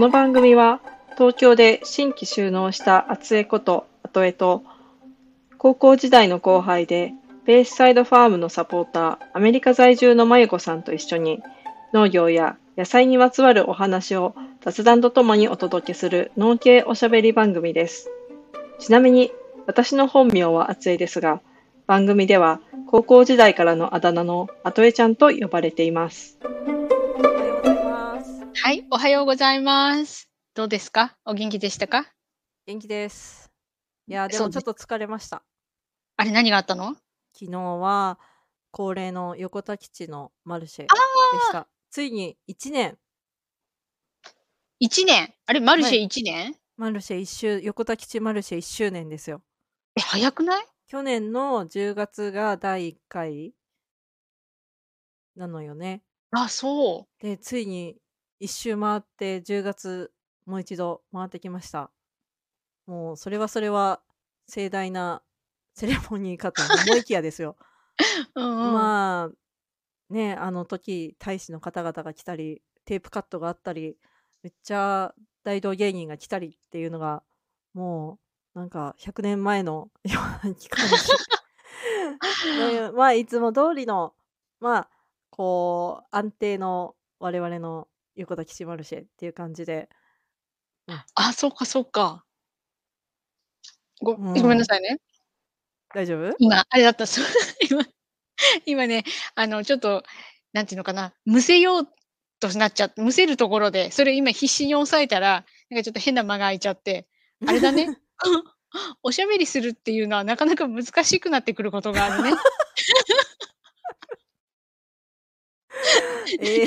の番組は東京で新規就農した厚江こと後江と高校時代の後輩でベイスサイドファームのサポーターアメリカ在住のまゆこさんと一緒に農業や野菜にまつわるお話を雑談とともにお届けする農系おしゃべり番組です。ちなみに私の本名は厚江ですが、番組では高校時代からのあだ名の後江ちゃんと呼ばれています。 おはようございます。 はい、おはようございます。どうですか？お元気でしたか？ 元気です。いや、でそうです。 もちょっと疲れました。 あれ、何があったの？ 昨日は恒例の横田基地のマルシェでしああ、 た。ついに1年。 1年。あれ、マルシェはい。 1年？ マルシェ1周、横田基地マルシェ1周年ですよ。 早くない？ 去年の10月が第1回なのよね。 あ、そう。 で、ついに1周回って10月もう一度回ってきました。もうそれは盛大なセレモニーかと思いきやですよ。 うんうん。 まあ、ね、あの時大使の方々が来たり、テープカットがあったり、めっちゃ大道芸人が来たりっていうのが、もうなんか100年前のような感じ。ね、まあ、いつも通りの、まあ、こう安定の我々の横田基地マルシェっていう感じで、 あ、そうかそうか。ごうごめんなん。 さいね。 大丈夫？ 今、あれだった、今ね、ちょっと、なんていうのかな、むせようとなっちゃって、むせるところで、それ今必死に抑えたら、なんかちょっと変な間が空いちゃって、あれだね、おしゃべりするっていうのはなかなか難しくなってくることがあるね。 ええ。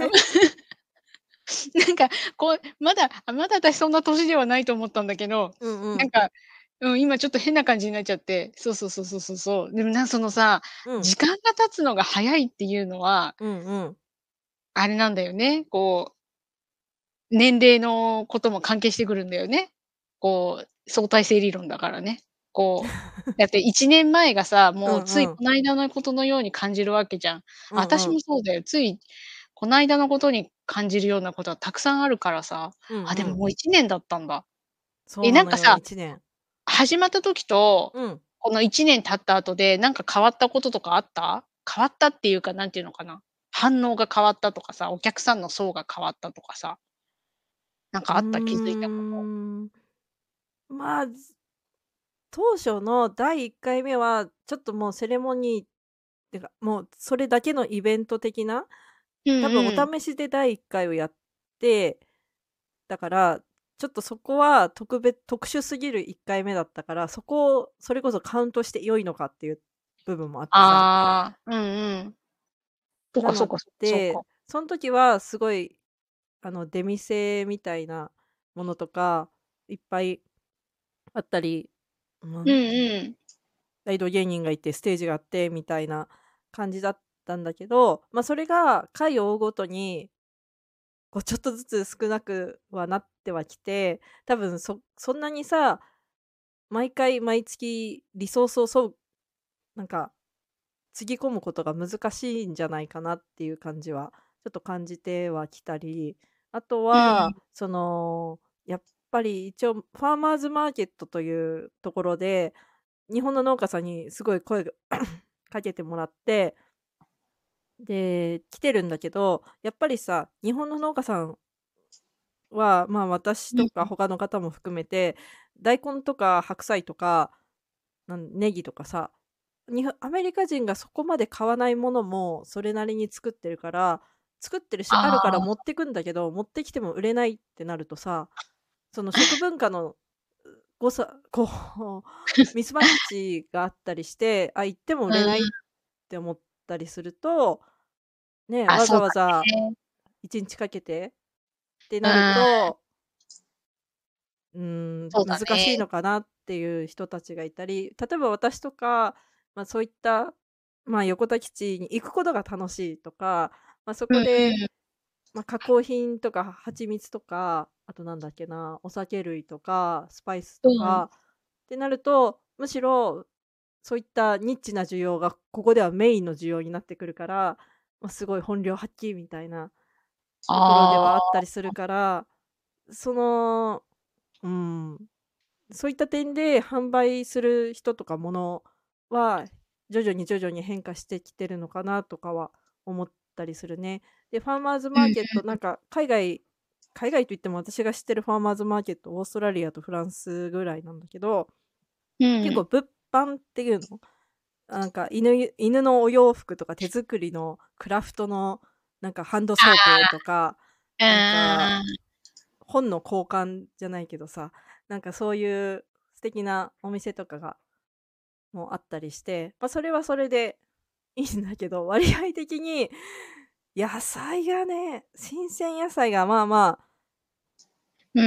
なんか、まだ私そんな年ではないと思ったんだけど、 うんうん。 なんか、今ちょっと変な感じになっちゃって、そう。でもそのさ、 うん。 時間が経つのが早いっていうのは、 うんうん。 あれなんだよね、こう、年齢のことも関係してくるんだよね。こう、相対性理論だからね。こう、だって1年前がさ、もうついうんうん。 こないだのことのように感じるわけじゃん。私うんうん。 もそうだよ。ついこないだのことに感じるようなことはたくさんあるからさ。あ、でもうんうん。 もう1年だったんだ。 そうなのよ、 なんかさ、 1年。 始まった時と、 うん。 この1年経った後で、なんか変わったこととかあった？変わったっていうか、なんていうのかな、反応が変わったとかさ、お客さんの層が変わったとかさ、なんうかあった？気づいたこと。 ーん。まあ、当初の第1回目は、ちょっともうセレモニーってか、もうそれだけのイベント的な、 うん多分おうん。 試しで第1回をやって、だから、ちょっとそこは特殊すぎる1回目だったから、そこをそれこそカウントして良いのかっていう部分もあってさ。 ああ、うんうん。そうなのかそうかそうか。 で、そん時はすごい、出店みたいなものとかいっぱいあったり、ま、 うんうん。 大道芸人がいてステージがあってみたいな感じだったんだけど、ま、それが回を追うごとに、こうちょっとずつ少なくはなってはきて、多分そんなにさ、毎回毎月リソースをなんか、つぎ込むことが難しいんじゃないかなっていう感じは、ちょっと感じてはきたり、あとうん。 は、やっぱり一応ファーマーズマーケットというところで、日本の農家さんにすごい声がかけてもらって、で、来てるんだけど、やっぱりさ、日本の農家さんは、まあ、私とかうん。 他の方も含めて、大根とか白菜とか、ネギとかさ、アメリカ人がそこまで買わないものもそれなりに作ってるから、作ってるし、あるからあ持ってくんだけど、持ってきても売れないってなるとさ、その食文化の、こう、ミスマッチがあったりして、あ、行っても売あ、うん。 れないって思ったりすると、ね、 あ、 わざそうだわざね。 1日かけてってなるうん、 と、 そうだ難しいね。 のかなっていう人たちがいたり、例えば私とか、まあ、そういった、まあ、横田基地に行くことが楽しいとか、まあ、そうんこで、 うん。 まあ、加工品とか蜂蜜とか、あとなんだっけな、お酒類とかスパイスうん。 とかってなると、むしろそういったニッチな需要がここではメインの需要になってくるから、まあ、すごい本領発揮みたいなところではあったああ、 りするから、 その、うん、そういった点で販売する人とかものは、徐々に変化してきてるのかなとかは思ったりするね。で、ファーマーズうんマーケット、なんか海外といっても私が知ってるファーマーズマーケット、オーストラリアとフランスぐらいなんだけど、 うん。 結構物販っていうの？なんか犬のお洋服とか手作りのクラフトのなんかハンドソープとか、なんかああ、 本の交換じゃないけどさ、なんかそういう素敵なお店とかがもうあったりして、ま、それはそれでいいんだけど、割合的に野菜がね、新鮮野菜がまあまあ、 うん。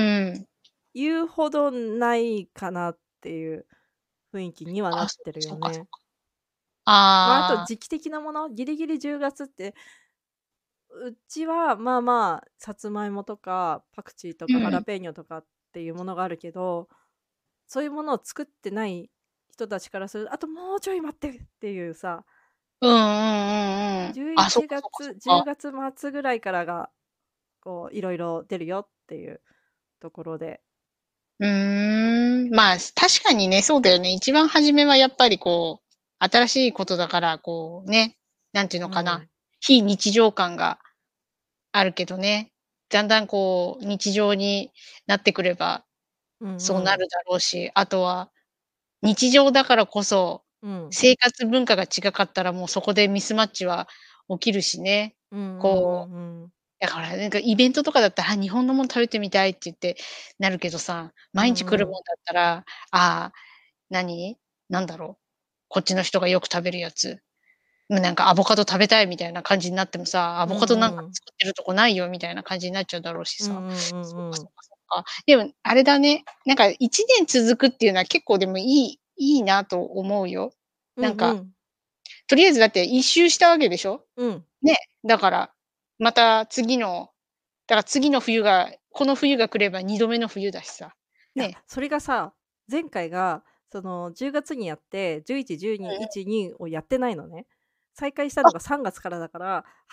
言うほどないかなっていう雰囲気にはなあ、 ってるそよね。 うかそうか。 まあ、あとああ、 時期的なもの、ギリギリ10月って、うちはまあまあ、さつまいもとかパクチーとかハラうん。 ペーニョとかっていうものがあるけど、そういうものを作ってない人たちからすると、あともうちょい待ってっていうさ、 うんうんうんうん。 11 あ、そっかそっかそっ月、10 か。 月末ぐらいからが、こういろいろ出るよっていうところで。 まあ、確かにね、そうだよね。一番初めはやっぱりこう、新しいことだから、こうね、なんていうのかな、 うん。 非日常感があるけどね、だんだんこう日常になってくれば、 うんうん。 そうなるだろうし、あとは日常だからこそ、 うん。 生活文化が違かったらもうそこでミスマッチは起きるしね。 うんうんうこう、 んうん。 だからなんかイベントとかだったら、あ、日本のもの食べてみたいって言ってなるけどさ、 う毎日来るんうん。 もんだったら、ああ、なんだろう、こっちの人がよく食べるやつ、なんかアボカド食べたいみたいな感じになってもさ、アうボカドなんかんうん。 作ってるとこないよみたいな感じになっちゃうだろうしさ。 うんうんうんうん。 そっかそっかそっか。でもあれだね、なんか1年続くっていうのは結構でもいいなと思うよ。 うんなんか、 うん。 とりあえずだって一周したわけでしょ？ うん。 ね、だから、まただから次の冬がこの冬が来れば2度目の冬だしさ。 いや、 ね。 それがさ、前回がその10月にやって、11、12、 うんうん。 1、2をやってないのね。再開したあ、 のが3月からだから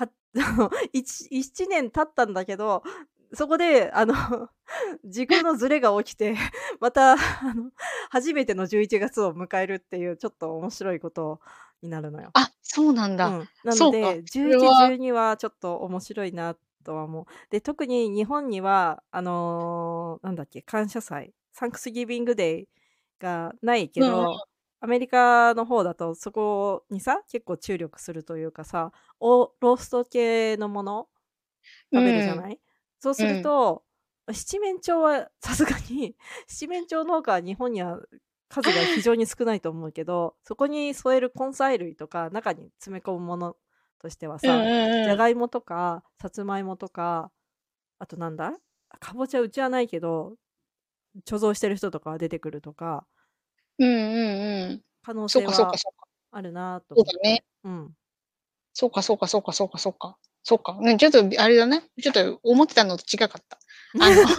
、1年経ったんだけど、そこで時空のずれが起きて、また初めての11月を迎えるっていうちょっと面白いことになるのよ。 あ、そうなんだ。 うん。なのそうか、 で、 それ 11、 は 12はちょっと面白いなとは思う。で、特に日本には、なんだっけ、感謝祭、サンクスギビングデーがないけうんうん。 ど、アメリカの方だとそこにさ、結構注力するというかさ、ロースト系のものう食べるじゃん、 ない？そうするうん。 と、七面鳥はさすがに七面鳥農家は日本には数が非常に少ないと思うけど、そこに添える根菜類とか、中に詰め込むものとしてはうんさ、じうんうん。 ゃがいもとかさつまいもとか、あとなんだ？かぼちゃうちはないけど、貯蔵してる人とかは出てくるとか、 うんうんうん。 可能そうかそうか性はそうか。 あるなとそうだね。 思って。うん。 そうかそうかそうかそうかそうか。そうか。ね、ちょっとあれだね、ちょっと思ってたのと違かった。あの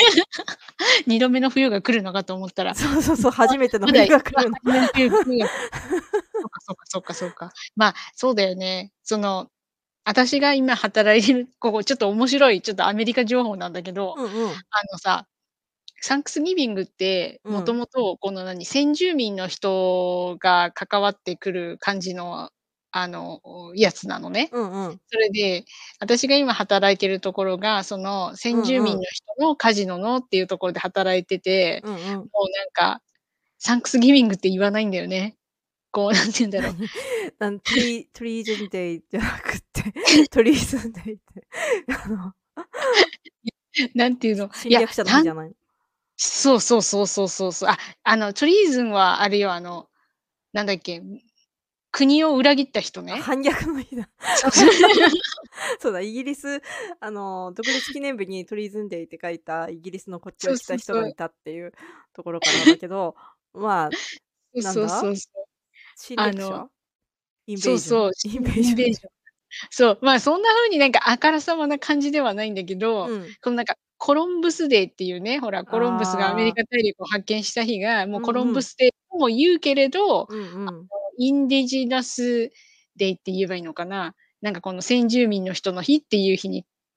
2度目の冬が来るのかと思ったら、 そうそうそう、初めてのまだ冬が来一番るの。 初めの冬がそうかそうかそうかそうか。まあ、そうだよね。私が今働いてるここちょっと面白い、ちょっとアメリカ情報なんだけど、 うんうん。 あのさ、サンクスギビングって、もとうん。 もとこの先住民の人が関わってくる感じの、やつなのね。 うんうん。 それで、私が今働いてるところが、その先住民のうんうん。 人のカジノのっていうところで働いてて、 うんうん。 もうなんか、サンクスギビングって言わないんだよね。こう、なんて言うんだろう。 何トリーズンデイじゃなくて、トリーズンデイって、あの、 なんていうの、いや、 侵略者の日じゃないの？ そうそうそうそうそうそう。あ、トリーズンはあれよ、なんだっけ、国を裏切った人あ、 ね。 反逆の日だ。 そうそう。 そうだ、イギリス、独立記念日にトリーズンデイって書いたイギリスの国旗そうを着そうそう。 た人がいたっていうところからだけど、まあ、 そうそうなんだ？ そうそう。 侵あの、 略者？インベージョン？ そうそう、 インベージョン。 インベージョン。そう、まあ、そんな風になんかあからさまな感じではないんだけど、 うん。 このなんかコロンブスデーっていうね、ほら、コロンブスがアメリああ、 カ大陸を発見した日が、もうコロうんうん。 ンブスデーとも言うけれど、 うんうん。 インディジナスデーって言えばいいのかな。なんかこの先住民の人の日っていう日に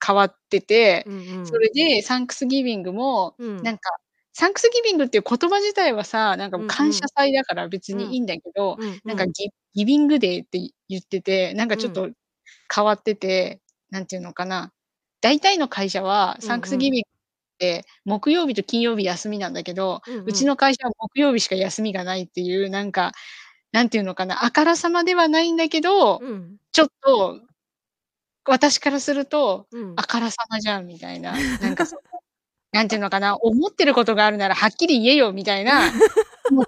変わってて、 うんそれでサンクスギビングも、 うん。 なんか、サンクスギビングっていう言葉自体はさ、なんかうん感謝祭だから別うんにいいんだけど、 うんなんかギビングデーって言ってて、なんかちょっと変わってて、なんていうのかな。大体の会社はサンクスギビングって木曜日と金曜日休みなんだけど、うちの会社は木曜日しか休みがないっていう、なんか、なんていうのかな、あからさまではないんだけど、ちょっと私からすると、あからさまじゃんみたいな、なんかなんていうのかな、思ってることがあるならはっきり言えよみたいな、もう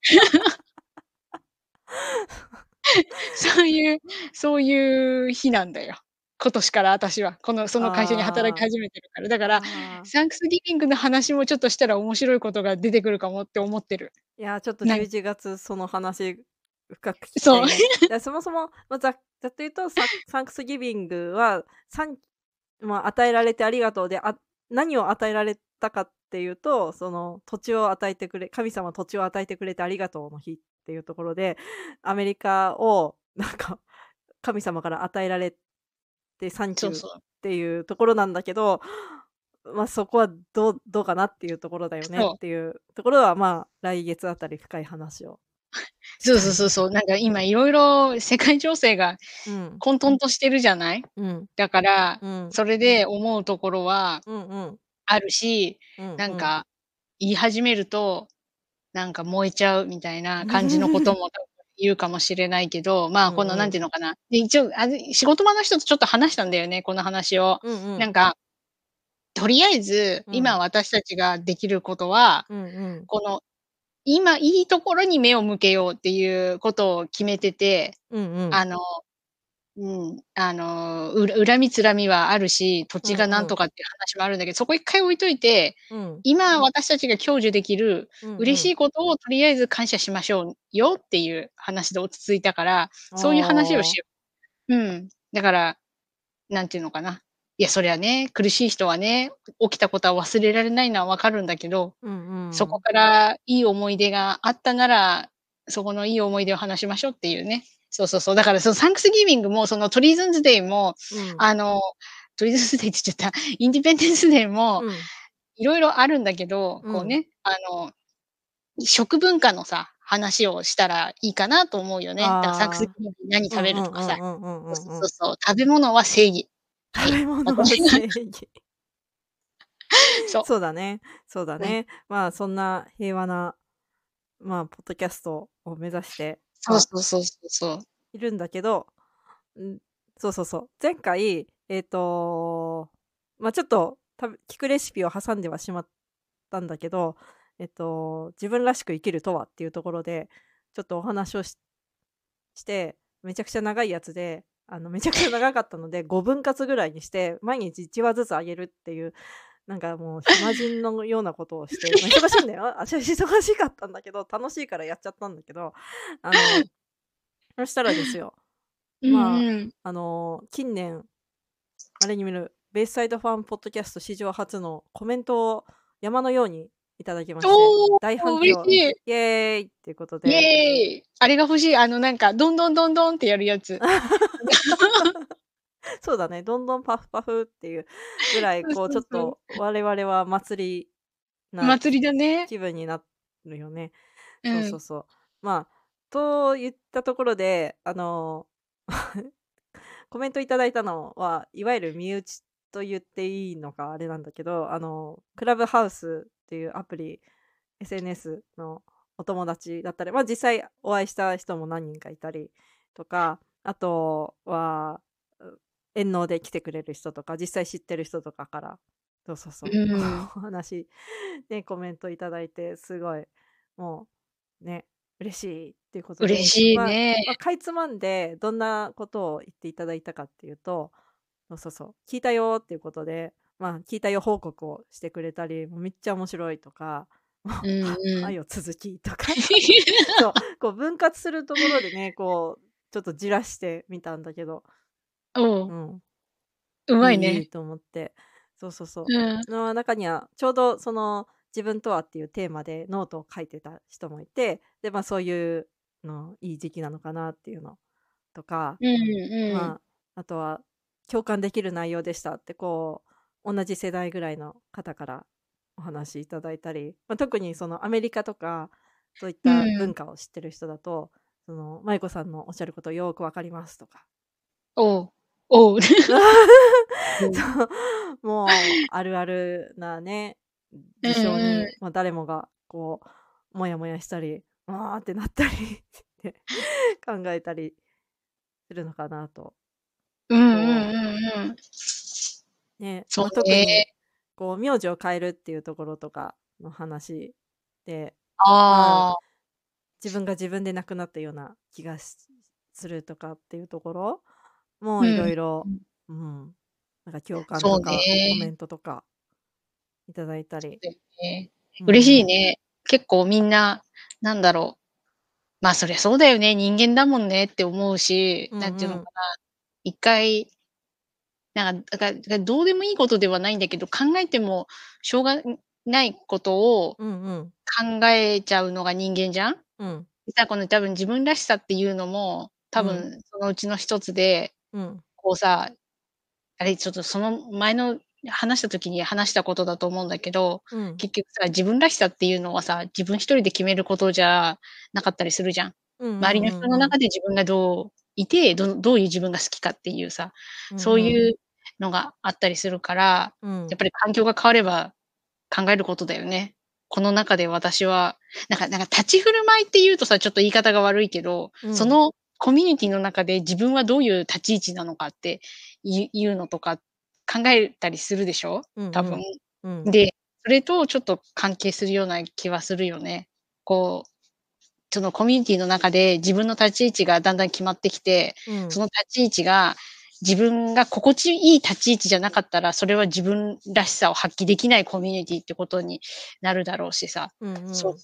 そういう日なんだよ。今年から私は。その会社に働き始めてるから。だから、サンクスギビングの話もちょっとしたら面白いことが出てくるかもって思ってる。 いや、ちょっとなん 11月その話深く聞きたそう。 いね。そもそも、ざっと言うと、サンクスギビングは、与えられてありがとうで、何を与えられたかっていうと、その土地を与えてくれ、神様土地を与えてくれてありがとうの日っていうところで、アメリカをなんか神様から与えられてサンキューっていうところなんだけど、そこはどうかなっていうところだよねっていうところは、来月あたり深い話を。 そう。なんか今いろいろ世界情勢が混沌としてるじゃない？だから、それで思うところはあるし、なんか言い始めると、なんか燃えちゃうみたいな感じのことも言うかもしれないけど、このなんていうのかな。で、一応仕事場の人とちょっと話したんだよね、この話を。なんか、とりあえず、今私たちができることは、この今いいところに目を向けようっていうことを決めてて、恨みつらみはあるし、土地がなんとかっていう話もあるんだけど、そこ一回置いといて、今私たちが享受できる嬉しいことをとりあえず感謝しましょうよっていう話で落ち着いたから、そういう話をしよう。だから、なんていうのかな。いや、そりゃね、苦しい人はね、起きたことは忘れられないのはわかるんだけど、そこからいい思い出があったなら、そこのいい思い出を話しましょうっていうね。そう。だからそのサンクスギビングも、そのトリーズンズデーも、トリーズンズデーって言っちゃった、インディペンデンスデーも、いろいろあるんだけど、こうね、食文化のさ、話をしたらいいかなと思うよね。だからサンクスギビング何食べるとかさ。そう。食べ物は正義。 食べ物は正義。 そう。 そうだね。そんな平和な、ポッドキャストを目指して、 そう。 いるんだけど、前回、ちょっと聞くレシピを挟んではしまったんだけど、自分らしく生きるとはっていうところで、ちょっとお話をして、めちゃくちゃ長いやつで、めちゃくちゃ長かったので、5分割ぐらいにして、毎日1話ずつあげるっていう、なんかもう暇人のようなことをして、忙しいんだよ。私は忙しかったんだけど、楽しいからやっちゃったんだけど、そしたらですよ、近年、あれに見る、ベイサイドファンポッドキャスト史上初のコメントを山のようにいただきまして、大反響、 嬉しい。 イエーイっていうことで。 イエーイ。あれが欲しい。なんか、どんどんってやるやつ。 そうだね。どんどんパフパフっていうぐらい、ちょっと我々は祭りだね。 気分になるよね。そう。と言ったところで、コメントいただいたのは、いわゆる身内と言っていいのかあれなんだけど、クラブハウスっていうアプリ、SNS のお友達だったり、実際お会いした人も何人かいたりとか、あとは、遠納で来てくれる人とか、実際知ってる人とかから、お話でコメントいただいて、すごい、もうね、嬉しいっていうことで。 嬉しいね。 かいつまんで、どんなことを言っていただいたかっていうと、聞いたよっていうことで、聞いたよ報告をしてくれたり、めっちゃ面白いとか、愛を続きとか、分割するところでね、ちょっとじらしてみたんだけど、 うまいね。 いいと思って。の中には、ちょうどその自分とはっていうテーマでノートを書いてた人もいて、で、そういうのいい時期なのかなっていうのとか、あとは共感できる内容でしたってこう同じ世代ぐらいの方からお話いただいたり、特にそのアメリカとかそういっうたん。 文化を知ってる人だとその舞子さんのおっしゃることよくわかりますとかおう。おう。うんそうもうあるあるなねうん事象うに、 ん。 誰もがこうモヤモヤしたりあーってなったりって考えたりするのかなと。 うんうんそうんうん。 うね、 そう特にね。 こう名字を変えるっていうところとかの話で、 ああ。 自分が自分で亡くなったような気がするとかっていうところもいろうん。 いろ、なんか共感そうとかコメね。 ントとかいただいたり、 だよね。 う嬉しいん、 ね。結構みんな、なんだろう、まあ、そりゃそうだよね、人間だもんねって思うし、 うんうん、 なんていうのかな、一回、だからどうでもいいことではないんだけど、考えてもしょうがないことをうんうん、 考えちゃうのが人間じゃん？ うん、 実はこの多分自分らしさっていうのも、多うん、 分そのうちの一つで、 うん、 こうさ、あれちょっとその前の話した時に話したことだと思うんだけど、 うん、 結局さ、自分らしさっていうのはさ、自分一人で決めることじゃなかったりするじゃん。 うんうん周りの人のうんうん、 中で自分がどういて、どういう自分が好きかっていうさ、 うんうん、 そういうのがあったりするから、 うん、 やっぱり環境が変われば考えることだよね。この中で私は、なんか立ち振る舞いって言うとさ、ちょっと言い方が悪いけど、 うん、 そのコミュニティの中で自分はどういう立ち位置なのかっていうのとか考えたりするでしょ？多分。 うんうん、うん、 で、それとちょっと関係するような気はするよね。こう、そのコミュニティの中で自分の立ち位置がだんだん決まってきて、 うん、 その立ち位置が自分が心地いい立ち位置じゃなかったら、それは自分らしさを発揮できないコミュニティってことになるだろうしさ。 うんうん、 そうそう。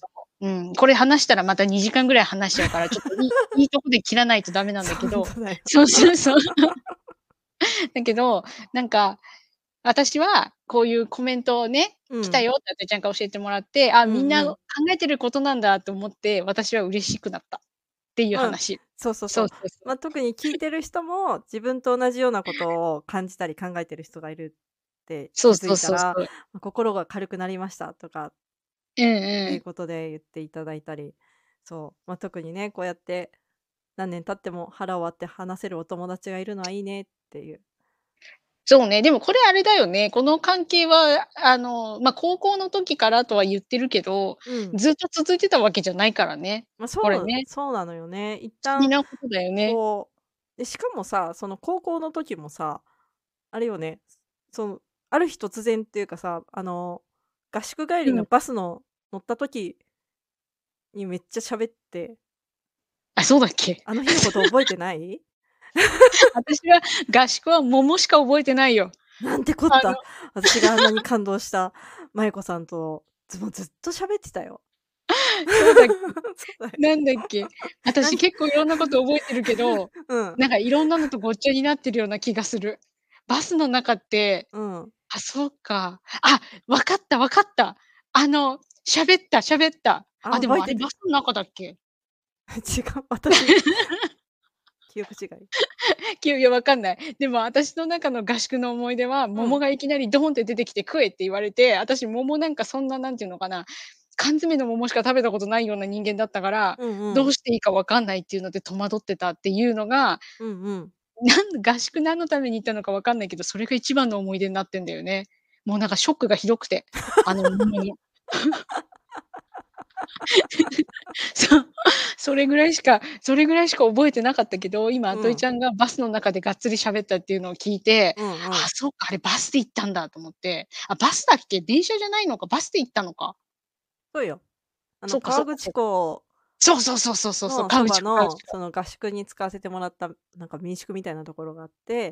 これ話したらまた2時間ぐらい話しちゃうから、ちょっといいとこで切らないとダメなんだけほんど。 とだよ。 そうそうそう。だけど、なんか私はこういうコメントをね、 うん、 来たよってあてちゃんから教えてもらって、あ、みんな考うんうん、 えてることなんだと思って、私は嬉しくなったっていううん、 話。 そうそうそう。 そうそうそう。 特に聞いてる人も、自分と同じようなことを感じたり考えてる人がいるって気づそうそういたら、 そうそう。 心が軽くなりましたとかっうんていううん。 ことで言っていただいたり、そう、特にね、こうやって何年経っても腹を割って話せるお友達がいるのはいいねっていう。 そうね、でもこれあれだよね、この関係は高校の時からとは言ってるけど、 うん。 ずっと続いてたわけじゃないからね。 そうこれね、 そうなのよね。一不思議旦なことだよね。 こで、しかもさ、その高校の時もさ、あれよね、その、ある日突然っていうかさ、合宿帰りうん。 のバスの乗った時にめっちゃ喋って、 あ、そうだっけ？ あの日のこと覚えてない？ 私は合宿は桃しか覚えてないよ。 なんてこっあのた。私があんなに感動した麻由子さんと、もうずっと喋ってたよ。 そうだっけ？ そうだよ。 なんだっけ？ なん私結構いろんなこと覚えてるけど、 うん、 なんかいろんなのとごっちゃになってるような気がする。バスの中って、 うん。 あ、そうか。あ、わかったわかった。喋った。あ、 あ、 でもあれ覚えてる。 バスの中だっけ？ 違う、私、記憶違い。 いや、わかんない。でも私の中の合宿の思い出は、 うん、 桃がいきなりドーンって出てきて食えって言われて、私桃なんかそんななんていうのかな、缶詰の桃しか食べたことないような人間だったから、 うんうん、 どうしていいかわかんないっていうので戸惑ってたっていうのが、 うんうん。 合宿何のために行ったのかわかんないけど、それが一番の思い出になってんだよね。もうなんかショックがひどくて、あの桃の。そう、それぐらいしか覚えてなかったけど、今、あうん、 といちゃんがバスの中でがっつり喋ったっていうのを聞いて、あ、 うんうん。 そうか、あれバスで行ったんだと思って。あ、バスだっけ？電車じゃないのか、バスで行ったのか。 そうよ。 そうかそ河口うかそうか。 湖そう、 のそば河内湖。 の、その合宿に使わせてもらった、なんか民宿みたいなところがあって、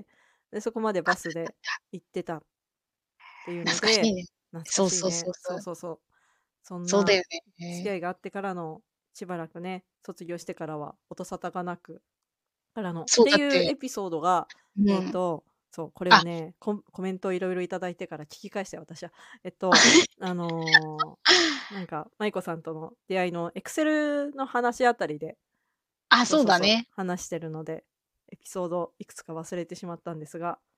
で、そこまであっバスでた行ってたっていうので、 懐かしいね。 懐かそうそうそしいね。 うそう。 そうそうそう。そんなそうだよ付きね。 合いがあってからの、しばらくね、卒業してからは音沙汰がなくからのっていうそうだって、 エピソードが、 うん。 そう、これをあ、 ね、コメントをいろいろいただいてから聞き返したよ、私は。あのなんか、舞子さんとの出会いのエクセルの話あたりで、 あ、 そうそうそう、 そうだね。 話してるので、エピソードいくつか忘れてしまったんですが、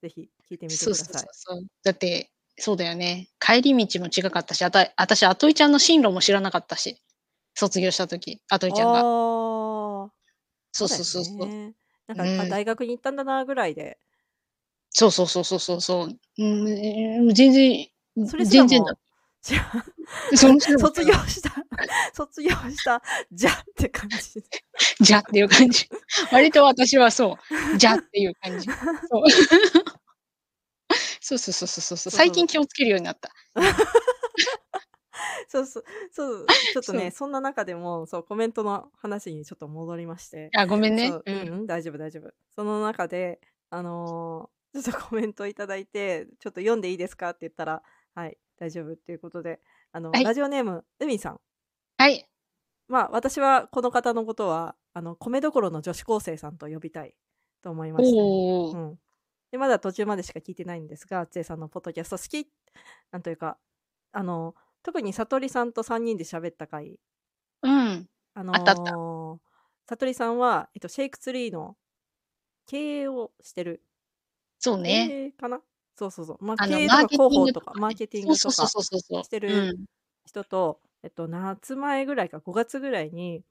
ぜひ聞いてみてそうそうください。 そうそう。だって、そうだよね。帰り道も違かったし、私、あといちゃんの進路も知らなかったし、卒業した時、あといちゃんが。 ああ、 そうそうそうだよそうそう。 ね。なんか、あ、 うん。 大学に行ったんだなぐらいで、 そうそうそうそうそうそう。全然それすら全然だ。 も、知らその人も知卒らなかった。 業した卒業したじゃって感じ。 じゃっていう感じ。割と私はそう、じゃっていう感じ。そう。そうそうそうそうそうそう。 そうそうそう。 最近気をつけるようになった。うん。 そうそう、そう、ちょっとね、 そう。 そんな中でも、そう、コメントの話にちょっと戻りまして、 あ、ごめんね。 そう、 うん。 大丈夫大丈夫。その中で、ちょっとコメントいただいて、ちょっと読んでいいですかって言ったら、はい、大丈夫っていうことで、 はい。 ラジオネーム、うみさん。 はい。 まあ、私はこの方のことは、米どころの女子高生さんと呼びたいと思いまして。 おお。 うん。で、まだ途中までしか聞いてないんですが、つえさんのポッドキャスト好きなんというか、あの、特にさとりさんと3人で喋った回、 うん。 ああったあった。 の、さとりさんは、シェイクツリーの経営をしてる。 そうね。 経営かな。そうそうそう。まあ、経営とかマーケティン広報とか、 グとかね。 マーケティンそうそうそうグとかそうそうそう。 してるうん。 人と、夏前ぐらいか、5月ぐらいに、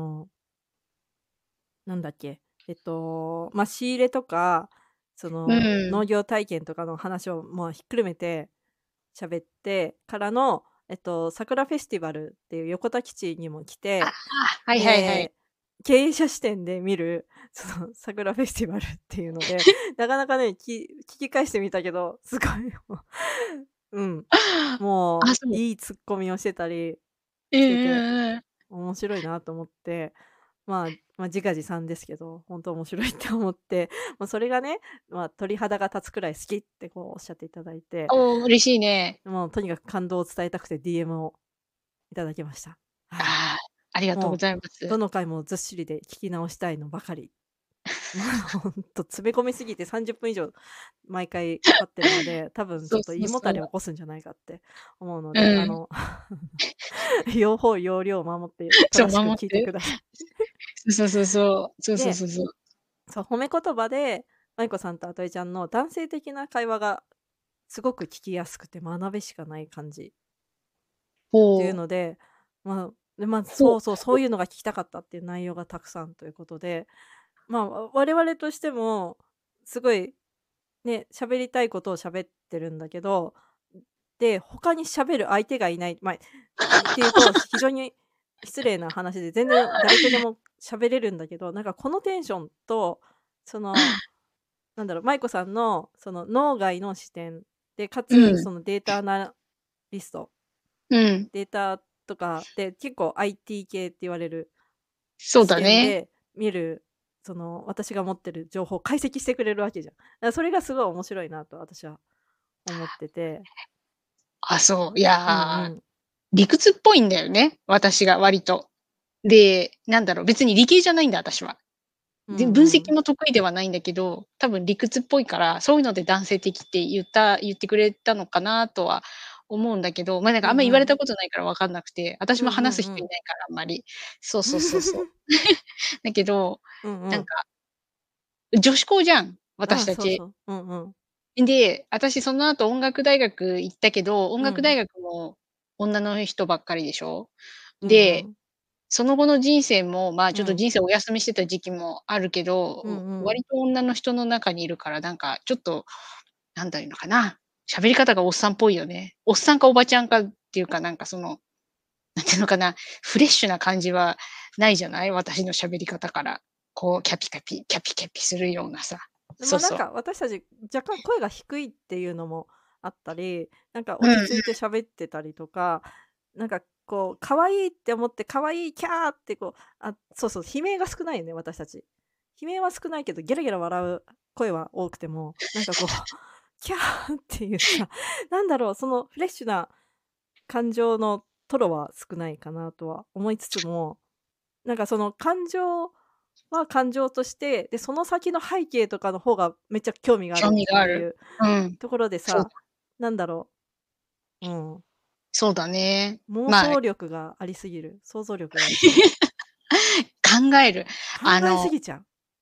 なんだっけ、まあ、仕入れとか、そうの、農ん。 業体験とかの話を、まあ、ひっくるめて喋ってからの、桜フェスティバルっていう横田基地にも来あて、 あ、はいはいはい。 で、経営者視点で見る、その桜フェスティバルっていうので、なかなかね、聞き返してみたけど、すごいもう、うん、 あ、 もうそう。 いいツッコミをしてたりうんしてて、 うんうん。 面白いなと思って、自画自賛ですけど、ほんと面白いって思って、それがね、鳥肌が立つくらい好きってこうおっしゃっていただいて、 おお、嬉しいね。 もうとにかく感動を伝えたくて DM をいただきました。はい。 ああ、ありがとうごもう、 ざいます。 どの回もずっしりで聞き直したいのばかり。もうほんと詰め込みすぎて30分以上毎回かかってるので、多分ちそうょっとそうそう。 胃もたれを起こすんじゃないかって思うのうで、 ん。 用法用量を守ってそう、 正しく聞いて守って。 ください。 そうそうそうそう。そうそうで、 そうそう。 そう、褒め言葉で、まいこさんとあといちゃんの男性的な会話がすごく聞きやすくて学びしかない感じっていうほう。 ので、 ほう。 そうそう、そういうのが聞きたかったっていう内容がたくさんということで、我々としてもすごいね、喋りたいことを喋ってるんだけど、で、他に喋る相手がいない、っていうと非常に失礼な話で、全然誰とでも喋れるんだけど、なんかこのテンションと、そのなんだろう、舞子さんのその脳外の視点で、かつうん。 そのデータアナリスト、 うん。 データとかで結構 IT 系って言われるそう視だね。 点で見る、その私が持ってる情報を解析してくれるわけじゃん。だからそれがすごい面白いなと私は思ってて。 あ、そう。いうんや、 うん。 理屈っぽいんだよね、私が割と。で、なんだろう、別に理系じゃないんだ、私は。 うで、分んうん。 析も得意ではないんだけど、多分理屈っぽいから、そういうので男性的って言ってくれたのかなとは思うんだけど、なんかあんま言われうんうん。 たことないから分かんなくて、私うんも話すうんうん。 人いないからあんまり。そうそうそうそう。だけど、 うんうん。 なんか、女子校じゃん、私あ、 たち。 そうそう。うんうん。 で、私その後音楽大学行ったけど、音うん。 楽大学も女の人ばっかりでしょ。で、 うんうん。 その後の人生も、ちょっとうん。 人生お休みしてた時期もあるけど、 うんうん。 割と女の人の中にいるから、なんかちょっと、なんだいうのかな、喋り方がおっさんっぽいよね。おっさんかおばちゃんかっていうか、なんかその、なんていうのかな、フレッシュな感じはないじゃない？私の喋り方から。こうキャピキャピ、キャピキャピするようなさ。そうそう。 なんか私たち若干声が低いっていうのもあったり、なんかうんうん。 落ち着いて喋ってたりとか、なんかこう可愛いって思って可愛いキャーってこう、そうそう、悲鳴が少ないよね、私たち。悲鳴は少ないけどゲラゲラ笑う声は多くても、なんかこうキャーっていうさ、なんだろう、そのフレッシュな感情のトロは少ないかなとは思いつつも、なんかその感情は感情として、で、その先の背景とかの方がめっちゃ興味がある興っ味がある。 ていううん。 ところでそう、 さ、なんだろう、うん、 そうだね。 妄まあ、 想力がありすぎる、想像力がありすぎる。 考える。 考えすあのぎちゃう。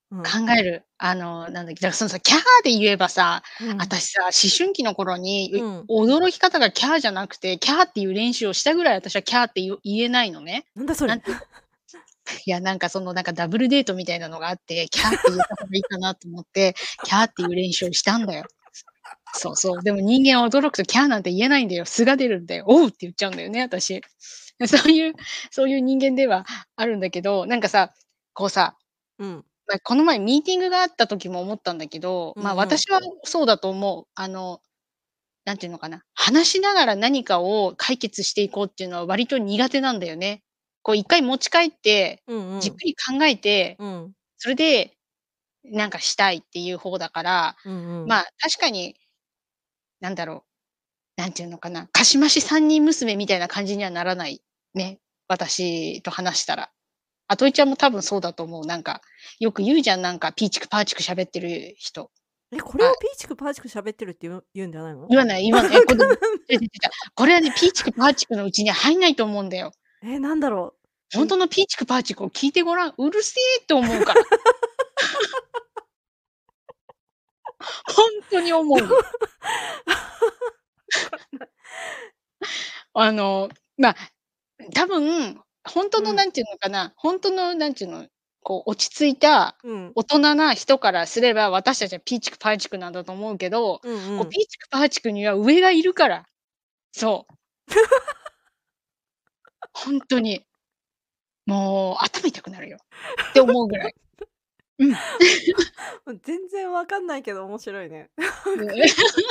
うん。 考える。なんだっけ、だからそのさ、キャーで言えばさ、 うん。 私さ、思春期の頃に、 うん。 驚き方がキャーじゃなくて、キャーっていう練習をしたぐらい私はキャーって言えないのね。 なんだそれ。 なんていうの、いや、なんかそのなんかダブルデートみたいなのがあって、キャーって言った方がいいかなと思って、キャーっていう練習をしたんだよ。そうそう。でも人間は驚くとキャーなんて言えないんだよ。素が出るんだよ。おうって言っちゃうんだよね、私。そういう人間ではあるんだけど、なんかさ、こうさ、 うん。 この前ミーティングがあった時も思ったんだけど、 うんうん。 私はそうだと思う。なんていうのかな、話しながら何かを解決していこうっていうのは割と苦手なんだよね。こう一回持ち帰って、 うんうん。 じっくり考えて、 うん。 それでなんかしたいっていう方だから、 うんうん。 確かに、なんだろう、なんていうのかな、かしまし三人娘みたいな感じにはならないね、私と話したら。あといちゃんも多分そうだと思う。なんか、よく言うじゃん、なんかピーチクパーチク喋ってる人。 これあ、 をピーチクパーチク喋ってるって言うんじゃないの？ 言わない言わない。これでも、違う違う違う。これはね、ピーチクパーチクのうちには入んないと思うんだよ。 なんだろう。 ほんとのピーチクパーチクを聞いてごらん。うるせえって思うから。ほんとに思うの。 わかんない。 あの、ま、多分、ほんとうん。 のなんていうのかな、ほんとのなんていうの、こう落ち着いたうん。 大人な人からすれば、私たちはピーチクパーチクなんだと思うけど、こううんうん。 ピーチクパーチクには上がいるから。そう。ほんとに。もう頭痛くなるよって思うぐらい。うん。 もう全然わかんないけど面白いね。 ね。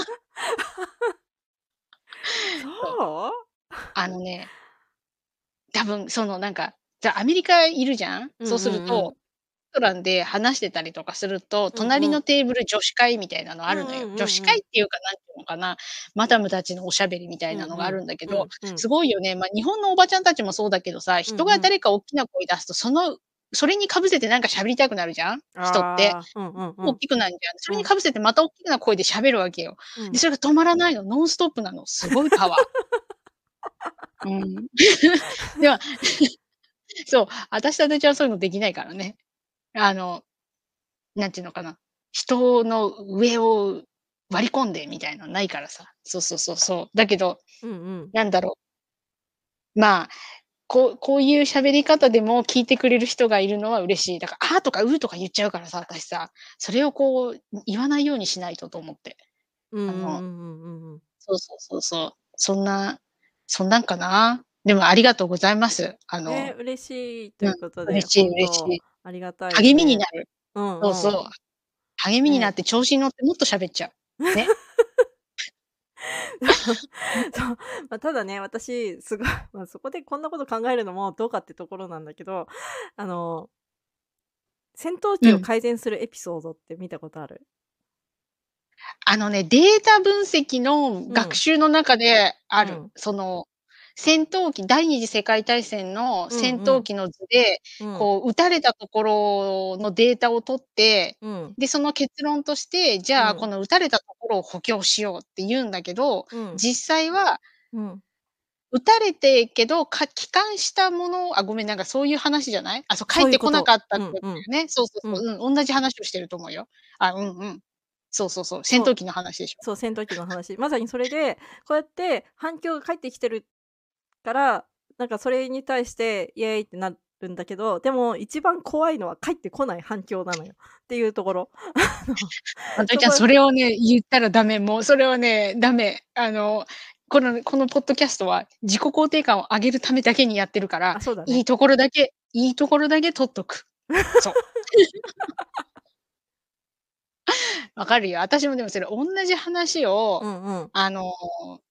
そそう。 う？ あのね、多分そのなんか、じゃ、アメリカいるじゃん？そううんすると、 うんうん。 レストランで話してたりとかすると、隣うんうん。 のテーブル女子会みたいなのあるのよ。 うんうんう女子んうん。 会っていうか、なんていうのかな、マダムたちのおしゃべりみたいなのがあうんうん。 るんだけど、 うんうん。 すごいよね。日本のおばちゃんたちもそうだけどさ、人がうんうん。 誰かおっきな声出すと、それにかぶせてなんか喋りたくなるじゃん？人って。 ああ、うんうんうおっん。 きくなるじゃん。それうん。 にかぶせてまたおっきな声で喋るわけよ。で、 うん。 それが止まらないの。ノンストップなの。すごいパワー。うん。ではそう、私とあたちはそういうのできないからね。あの、なんていうのかな、人の上を割り込んでみたいのないからさ。そうそうそうそう。だけど、 うんうん。 なんだろう、こういう喋り方でも聞いてくれる人がいるのは嬉しい。だから、あーとかうーとか言っちゃうからさ、私さ、それをこう、言わないようにしないとと思って。 うんうんうあの、 んうんうんうん。 そうそうそうそう。そんなんかな。でもありがとうございます。 嬉しいとうん、 いうことで、 嬉しい本当嬉しい。 ありがたいよ励みになね。 る。 うんうん。 そうそう。励みになっね。 て調子に乗ってもっと喋っちゃう。ね。 そう、ただね、私すごい、そこでこんなこと考えるのもどうかってところなんだけど、あの、戦闘機をうん。 改善するエピソードって見たことある？ データ分析のうん、 学習の中である。 うん、 戦闘機第二次世界大戦のうんうん、 戦闘機の図で、 うん、 こう撃たれたところのデータを取って、 うん、 で、その結論として、じゃあ、こうん、 の撃たれたところを補強しようって言うんだけど、 うん、 実際はうん。 撃たれてけど、帰還したものごめん、なんかそういう話じゃない？そう、帰ってこなそういうこと。 かったってこうんうん、 とだよね。そうそううん。 そう、うん、同じ話をしてると思うよ。うんうん。そうそうそう、戦そう、 闘機の話でしょ。 そう、戦闘機の話。まさにそれで、こうやって反響が返ってきてるから、なんかそれに対してイエーイってなるんだけど、でも一番怖いのは返ってこない反響なのよっていうところ。 まといちゃん、 そこそれをね、言ったらダメ。もうそれはね、ダメ。このポッドキャストは自己肯定感を上げるためだけにやってるから、 そうだね。 いいところだけ取っとく。そう。わかるよ。私もでもそれおんなじ話を、 うんうん。 あの、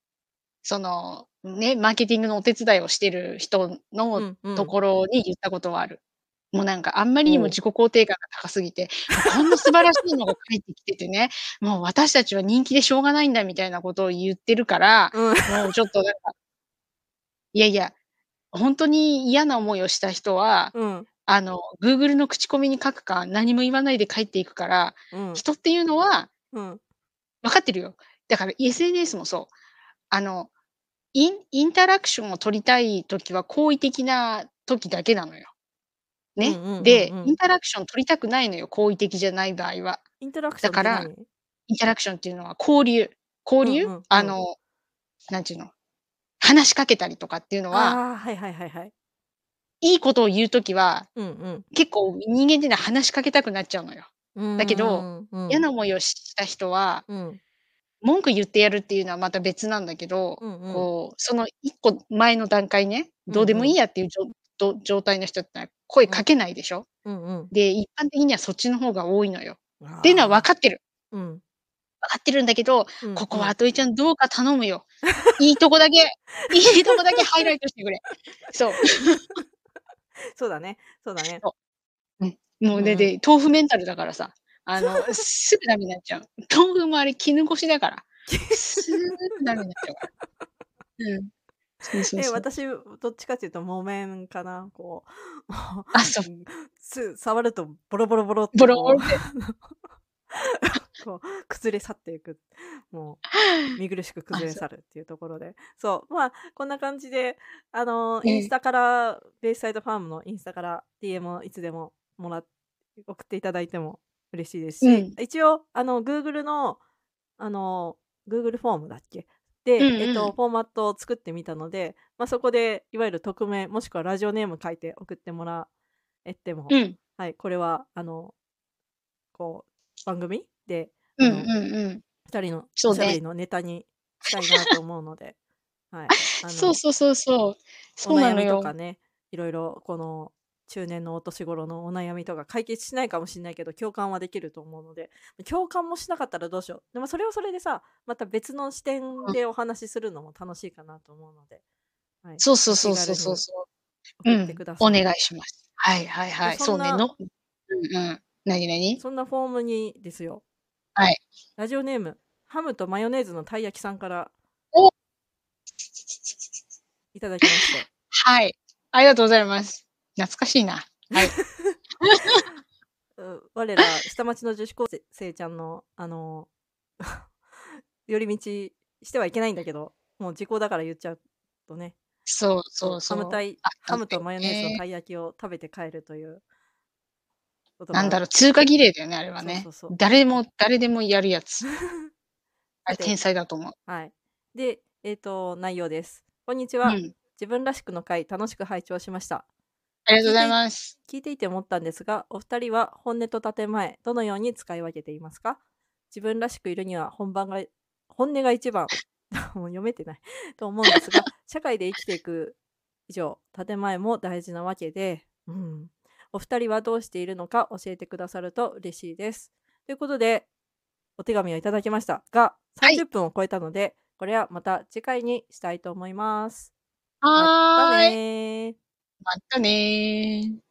マーケティングのお手伝いをしてる人うのんうん。 ところに言ったことはある。もうなんかあんまりにもおう。 自己肯定感が高すぎて、もうこんな素晴らしいのが返ってきててね、もう私たちは人気でしょうがないんだみたいなことを言ってるから、 うん。 もうちょっとなんか、いやいや、ほんとに嫌な思いをした人は、 うん。 Google の口コミに書くか、何も言わないで帰っていくから、 うん。 人っていうのはうん。 分かってるよ。だから SNS もそう。あの、インタラクションを取りたい時は好意的な時だけなのよ。 ね。で、インタラクション取りたくないのよ、好意的じゃない場合は。 インタラクションってだから、 何？ インタラクションっていうのは交流。交流、 うん。 なんていうの、話しかけたりとかっていうのは、 ああ、はいはいはいはい。 いいことを言うときは、 うん結構人間っていうのは話しかけたくなっちゃうのよ。 うん。 だけど、嫌な思いをした人は、文句言ってやるっていうのはまた別なんだけど、こう、その一個前の段階ね、どうでもいいやっていう状態の人ってのは声かけないでしょ。で、一般的にはそっちの方が多いのよ。っていうのは分かってる。分かってるんだけど、ここはアトイちゃんどうか頼むよ。いいとこだけハイライトしてくれ。そう。 そうだね。そうだね。 そう。もうね、で、豆腐メンタルだからさ、すぐダメになっちゃう。豆腐もあれ絹ごしだから。すぐダメになっちゃうから。そう。 私、どっちかっていうと木綿かな、こう。 あ、そう。 触るとボロボロボロってボロボロって。 こう崩れ去っていく、もう見苦しく崩れ去るっていうところで、そうまあこんな感じでインスタからベイサイドファームのインスタから DM をいつでも送っていただいても嬉しいですし、一応Google のGoogle フォームだっけで、フォーマットを作ってみたので、そこでいわゆる匿名もしくはラジオネーム書いて送ってもらえても、はい、これはこう番組で2人のおしゃべりのネタにしたいなと思うので、はい、 そう。 お悩みとかね、いろいろこの中年のお年頃のお悩みとか解決しないかもしれないけど共感はできると思うので、共感もしなかったらどうしよう。でもそれはそれでさ、また別の視点でお話しするのも楽しいかなと思うので、はい、 そう。 送ってください。 お願いします。はい。そうねの。何？ そんなフォームにですよ。 はい。 ラジオネームハムとマヨネーズのたい焼きさんからいただきまして。 はい。ありがとうございます。懐かしいな。はい。 我ら下町の女子高生ちゃんの寄り道してはいけないんだけど、もう時効だから言っちゃうとね。 そう。 ハムとマヨネーズのたい焼きを食べて帰るというなんだろう、通過儀礼だよね、あれはね。誰でもやるやつ。あれ天才だと思う。 はい。で、内容です。こんにちは。自分らしくの会、楽しく拝聴しました。 ありがとうございます。 聞いていて思ったんですが、お二人は本音と建前、どのように使い分けていますか？自分らしくいるには本音が一番もう読めてないと思うんですが、社会で生きていく以上、建前も大事なわけで、お二人はどうしているのか教えてくださると嬉しいです。ということで、お手紙をいただきましたが、30分を超えたので、これはまた次回にしたいと思います。またね。 またね。